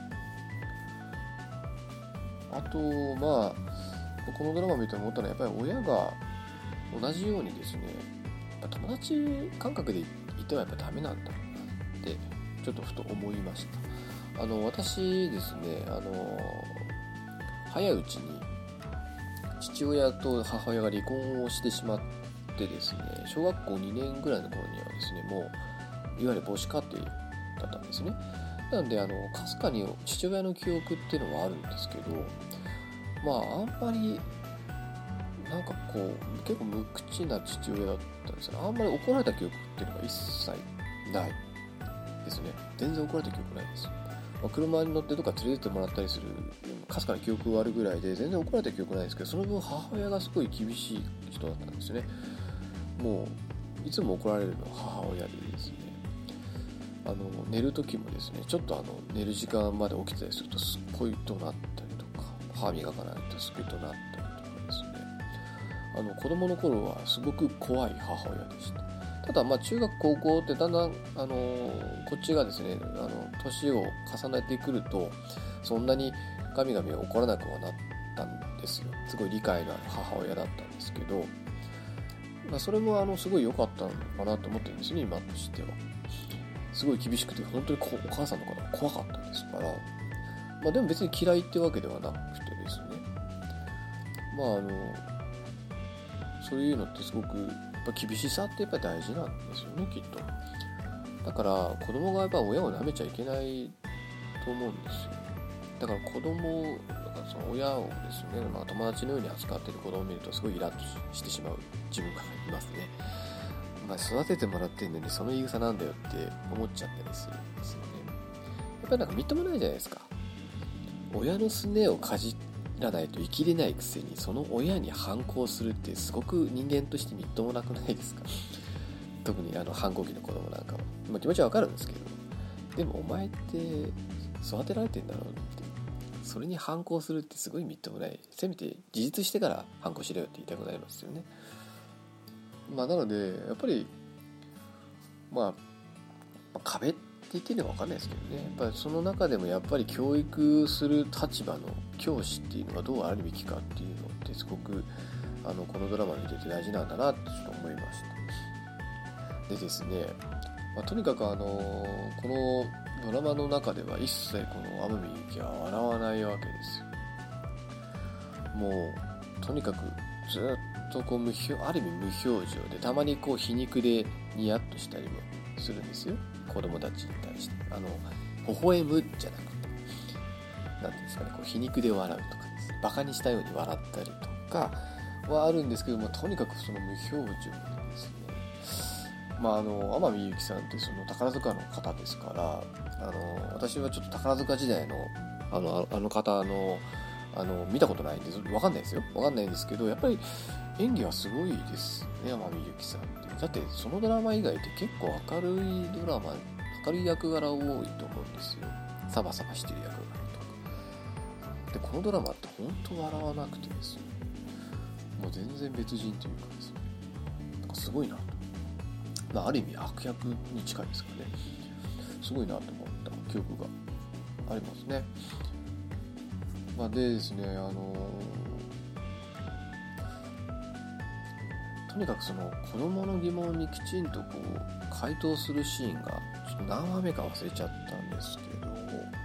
あとまあこのドラマ見て思ったのは、やっぱり親が同じようにですね、やっぱ友達感覚でいてはやっぱダメなんだろうなってちょっとふと思いました。あの私ですね、あの早いうちに父親と母親が離婚をしてしまってですね、小学校にねんぐらいの頃にはですね、もういわゆる母子家庭だったんですね。なんであのかすかに父親の記憶っていうのはあるんですけど、まああんまりなんかこう結構無口な父親だったんですよね。あんまり怒られた記憶っていうのが一切ないですね。全然怒られた記憶ないです。まあ、車に乗ってとか連れてってもらったりするかすかな記憶があるぐらいで、全然怒られた記憶ないですけど、その分母親がすごい厳しい人だったんですよね。もういつも怒られるのは母親でですね、あの寝る時もですね、ちょっとあの寝る時間まで起きたりするとすっごい怒鳴ったりとか、歯磨かないとすっごい怒鳴ったりとかですね、あの子供の頃はすごく怖い母親でした。ただまあ中学高校ってだんだんあのこっちがですね、あの年を重ねてくるとそんなにガミガミ怒らなくはなったんですよ。すごい理解のある母親だったんですけど、まあ、それもあのすごい良かったのかなと思ってるんですね、今としては。すごい厳しくて本当にこお母さんの方が怖かったですから、まあ、でも別に嫌いってわけではなくてですね、まああのそういうのってすごくやっぱ厳しさってやっぱ大事なんですよね、きっと。だから子供がやっぱ親を舐めちゃいけないと思うんですよ。だから子供だからその親をですね、まあ、友達のように扱っている子供を見るとすごいイラッとしてしまう自分がいますね。まあ、育ててもらってるのにその言い草なんだよって思っちゃったりするんですよね。やっぱりなんかみっともないじゃないですか。親のすねをかじらないと生きれないくせにその親に反抗するってすごく人間としてみっともなくないですか？特にあの反抗期の子供なんかは、まあ、気持ちはわかるんですけど、でもお前って育てられてんだろうって、それに反抗するってすごいみっともない。せめて自立してから反抗しろよって言いたくなりますよね。まあ、なのでやっぱり、まあ、まあ壁って言っていいのか分かんないですけどね、やっぱりその中でもやっぱり教育する立場の教師っていうのがどうあるべきかっていうのってすごくあのこのドラマ見てて大事なんだなってちょっと思いました。でですね、まあ、とにかくあのこのドラマの中では一切この天海祐希は笑わないわけですよ。もうとにかくずっとこう無表ある意味無表情で、たまにこう皮肉でニヤッとしたりもするんですよ、子供たちに対して。あの微笑むじゃなくて、なんていうんですかね、こう皮肉で笑うとかです、バカにしたように笑ったりとかはあるんですけども、とにかくその無表情でですね、まああの天海祐希さんってその宝塚の方ですから、あの私はちょっと宝塚時代のあのあの方のあの見たことないんで分かんないですよ分かんないんですけど、やっぱり演技はすごいですね、天海祐希さんって。だってそのドラマ以外って結構明るいドラマ、明るい役柄多いと思うんですよ。サバサバしてる役柄とかで、このドラマって本当笑わなくてですね、もう全然別人というかですね、なんかすごいなと、まあ、ある意味悪役に近いですかね、すごいなと思った記憶がありますね。まあ、でですね、あのー、とにかくその子供の疑問にきちんとこう回答するシーンがちょっと何話目か忘れちゃったんですけど、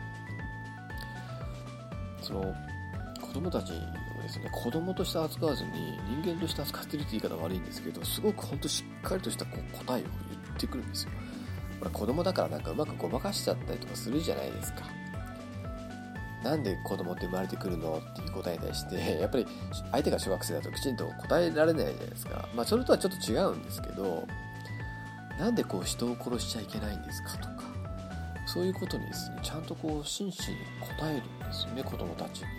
その子供たちをですね、子供として扱わずに人間として扱ってるって言い方悪いんですけど、すごく本当しっかりとしたこう答えを言ってくるんですよ。まあ、子供だからなんかうまくごまかしちゃったりとかするじゃないですか。なんで子供って生まれてくるのっていう答えに対してやっぱり相手が小学生だときちんと答えられないじゃないですか。まあそれとはちょっと違うんですけど、なんでこう人を殺しちゃいけないんですかとか、そういうことにですねちゃんとこう真摯に答えるんですよね、子供たちに。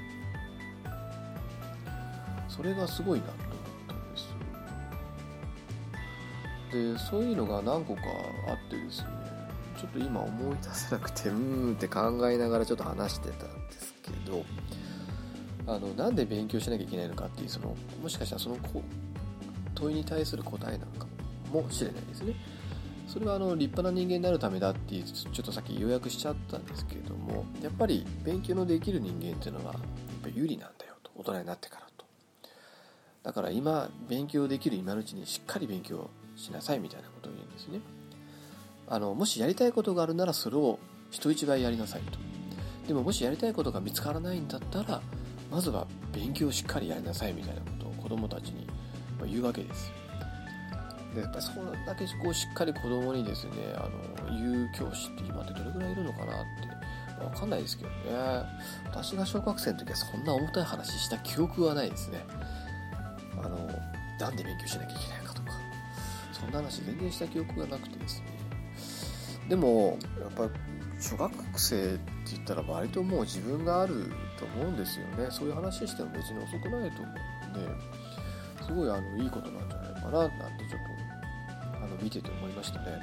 それがすごいなと思ったんです。でそういうのが何個かあってですね、ちょっと今思い出せなくてうーんって考えながらちょっと話してたんですけど、あのなんで勉強しなきゃいけないのかっていう、そのもしかしたらその問いに対する答えなんかもしれないですね。それはあの立派な人間になるためだっていう、ちょっとさっき要約しちゃったんですけれども、やっぱり勉強のできる人間っていうのはやっぱり有利なんだよと、大人になってからと。だから今勉強できる今のうちにしっかり勉強しなさいみたいなことを言うんですね。あのもしやりたいことがあるならそれを人一倍やりなさいと。でももしやりたいことが見つからないんだったらまずは勉強をしっかりやりなさいみたいなことを子どもたちに言うわけですよ。でやっぱりそれだけこうしっかり子どもにですねあの言う教師って今ってどれくらいいるのかなって分かんないですけどね。私が小学生の時はそんな重たい話した記憶はないですね。あのなんで勉強しなきゃいけないかとかそんな話全然した記憶がなくてですね。でもやっぱり小学生って言ったら割ともう自分があると思うんですよね。そういう話しても別に遅くないと思うんで、すごいあのいいことなんじゃないかななんてちょっとあの見てて思いましたね。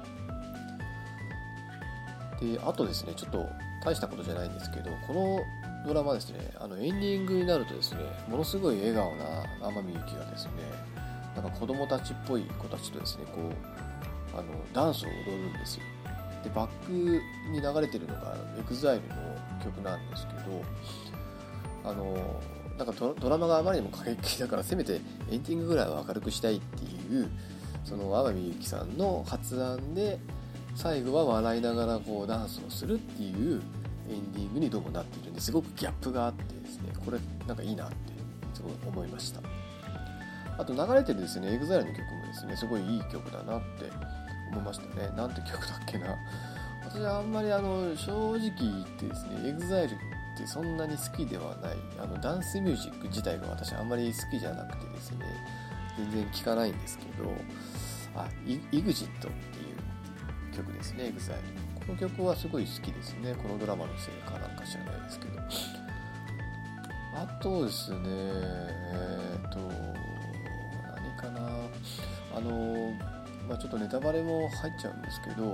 であとですね、ちょっと大したことじゃないんですけど、このドラマですね、あのエンディングになるとですね、ものすごい笑顔な天海祐希がですね、なんか子供たちっぽい子たちとですねこうあのダンスを踊るんですよ。でバックに流れてるのが エグザイル の曲なんですけど、あのなんか ド, ドラマがあまりにも過激だからせめてエンディングぐらいは明るくしたいっていうその天海祐希さんの発案で最後は笑いながらこうダンスをするっていうエンディングにどうもなっているんで、すごくギャップがあってですね、これなんかいいなってすごい思いました。あと流れてるですね エグザイル の曲もですねすごいいい曲だなって思いましたね。なんて曲だっけな。私はあんまりあの正直言ってですね エグザイル ってそんなに好きではない。あのダンスミュージック自体が私あんまり好きじゃなくてですね全然聴かないんですけど、あ、イグジットっていう曲ですね エグザイル。 この曲はすごい好きですね。このドラマのせいかなんか知らないですけど。あとですねえー、っと何かな、あのまあ、ちょっとネタバレも入っちゃうんですけど、ま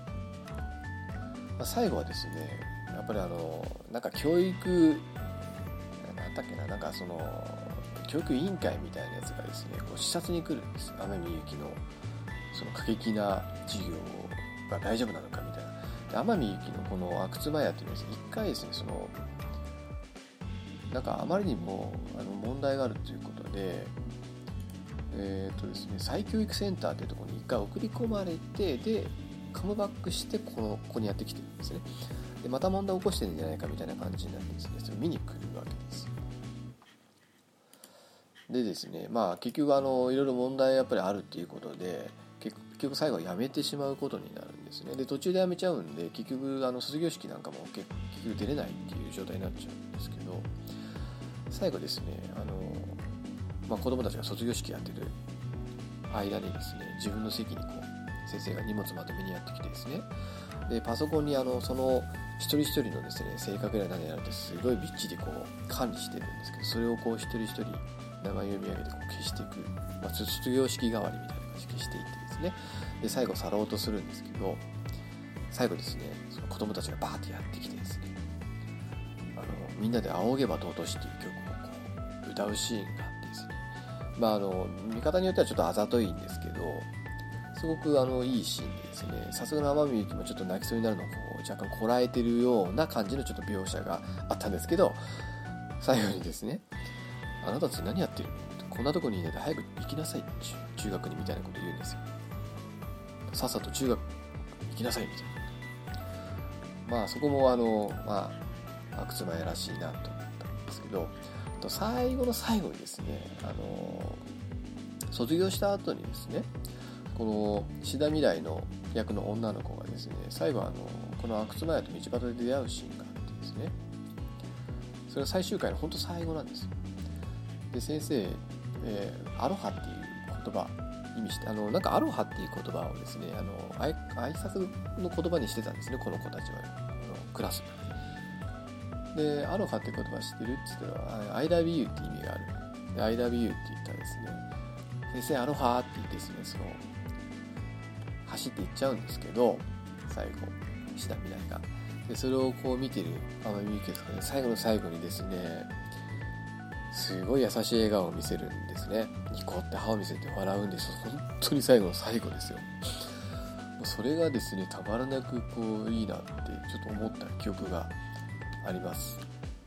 あ、最後はですねやっぱりあのなんか教育なんだっけな、なんかその教育委員会みたいなやつがですねこう視察に来るんです。天海祐希のその過激な授業が大丈夫なのかみたいな。で天海祐希のこの阿久津麻也っていうのは一回ですねそのなんかあまりにもあの問題があるということでえーとですね、再教育センターというところに一回送り込まれて、でカムバックしてこのここにやってきてるんですね。でまた問題を起こしてるんじゃないかみたいな感じになってですね、それを見に来るわけですよ。でですね、まあ結局あのいろいろ問題やっぱりあるっていうことで結局最後はやめてしまうことになるんですね。で途中でやめちゃうんで結局あの卒業式なんかも結局出れないっていう状態になっちゃうんですけど、最後ですねあのまあ、子供たちが卒業式やってる間にですね、自分の席にこう先生が荷物まとめにやってきてですね、でパソコンにあのその一人一人のですね性格や何やらってすごいびっちりこう管理してるんですけど、それをこう一人一人名前読み上げてこう消していく、まあ、卒業式代わりみたいな感じで消していってですね、で最後去ろうとするんですけど、最後ですねその子供たちがバーってやってきてですね、あのみんなで仰げば尊しっていう曲をこう歌うシーンがあってですね、まああの見方によってはちょっとあざといんですけど、すごくあのいいシーンでですね、さすがの天海祐希もちょっと泣きそうになるのをこう若干こらえてるような感じのちょっと描写があったんですけど、最後にですね、あなたたち何やってるの、こんなとこにいないで早く行きなさい、中学にみたいなこと言うんですよ。さっさと中学行きなさいみたいな。まあそこもあのまあ阿久津真也らしいなと思ったんですけど、最後の最後にですね、あの卒業した後にですね、この志田未来の役の女の子がですね、最後あのこの阿久津真也と道端で出会うシーンがあってですね、それは最終回の本当最後なんですよ。で先生、えー、アロハっていう言葉意味して、あのなんかアロハっていう言葉をですね、あの挨拶の言葉にしてたんですね、この子たちはあのクラスで。でアロハって言葉知ってるって言ったら I love you って意味がある。で I love you って言ったらですね、先生アロハって言ってですね、その走っていっちゃうんですけど、最後志田未来がでそれをこう見てる天海祐希がね、最後の最後にですね、すごい優しい笑顔を見せるんですね。ニコって歯を見せて笑うんです。本当に最後の最後ですよ。それがですね、たまらなくこういいなってちょっと思った記憶があります。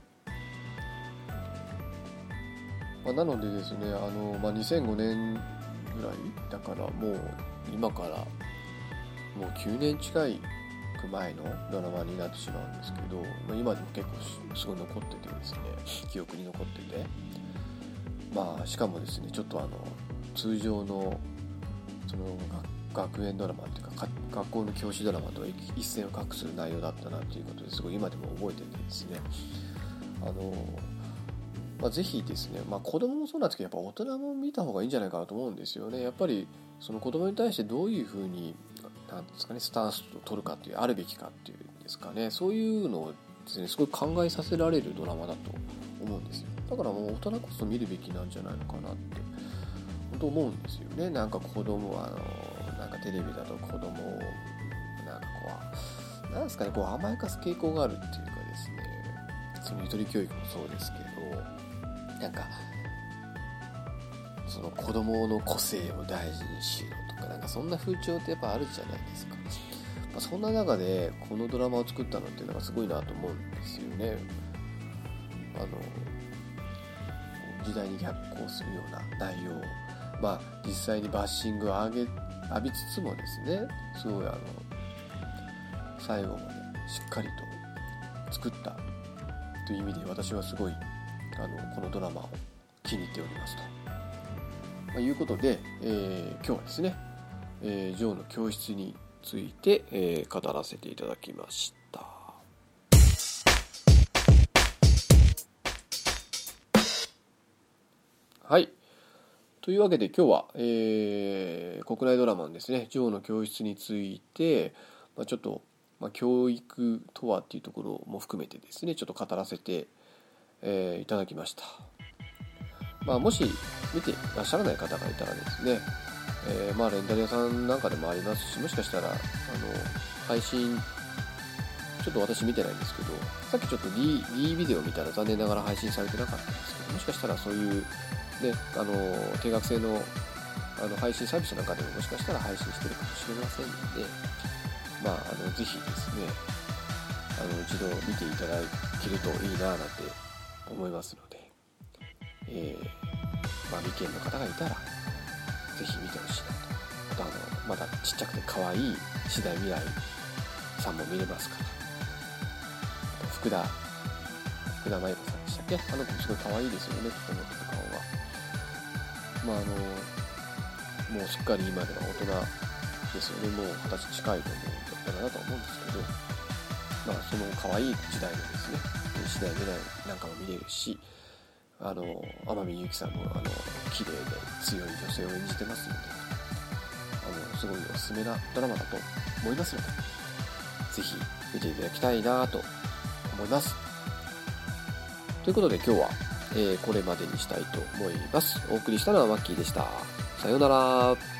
まあ、なのでですね、あの、まあ、にせんごねんぐらいだからもう今からもうきゅうねん近い前のドラマになってしまうんですけど、まあ、今でも結構すごい残っててですね、記憶に残ってて、まあしかもですね、ちょっとあの通常のその学園ドラマっていうか学校の教師ドラマとは一線を画する内容だったなということですごい今でも覚えててですね、あの、まあ、ぜひですね、まあ、子供もそうなんですけどやっぱ大人も見た方がいいんじゃないかなと思うんですよね。やっぱりその子供に対してどういうふうになんですかね、スタンスを取るかっていう、あるべきかっていうんですかね、そういうのをですね、すごい考えさせられるドラマだと思うんですよ。だからもう大人こそ見るべきなんじゃないのかなって本当思うんですよね。なんか子供はあのなんかテレビだと子供をなんかこうなんですかね、こう甘やかす傾向があるっていうかですね、そのゆとり教育もそうですけど、なんかその子供の個性を大事にしろとか、なんかそんな風潮ってやっぱあるじゃないですか。まあ、そんな中でこのドラマを作ったのっていうのがすごいなと思うんですよね。あの時代に逆行するような内容、まあ実際にバッシングを浴げ浴びつつもですね、すごいあの最後までしっかりと作ったという意味で私はすごいあのこのドラマを気に入っておりますと、まあ、いうことで、えー、今日はですね、えー、ジョーの教室について、えー、語らせていただきました。はい。というわけで今日は、えー、国内ドラマのですね、ジョーの教室について、まあ、ちょっと、まあ、教育とはっていうところも含めてですね、ちょっと語らせて、えー、いただきました。まあ、もし見ていらっしゃらない方がいたらですね、えー、まあレンタル屋さんなんかでもありますし、もしかしたらあの配信ちょっと私見てないんですけど、さっきちょっと D, D ビデオ見たら残念ながら配信されてなかったんですけど、もしかしたらそういうね、あの定額制のあの配信サービスの中でももしかしたら配信してるかもしれませんので、まあ、あのぜひですね、あの一度見ていただけるといいななんて思いますので、えーまあ、未見の方がいたらぜひ見てほしいなと。あとあのまだちっちゃくて可愛い志田未来さんも見れますから、あと福田福田麻由子さんでしたっけ、あの子すごい可愛いですよね、とても顔が。まああのもうすっかり今では大人ですよね。もう二十歳近いと思うんだったらなと思うんですけど、まあその可愛い時代のですね、時代未来なんかも見れるし、 あの天海祐希さんもあの綺麗で強い女性を演じてますので、あのすごいおすすめなドラマだと思いますので、ぜひ見ていただきたいなと思います。ということで今日は、えー、これまでにしたいと思います。お送りしたのはマッキーでした。さようなら。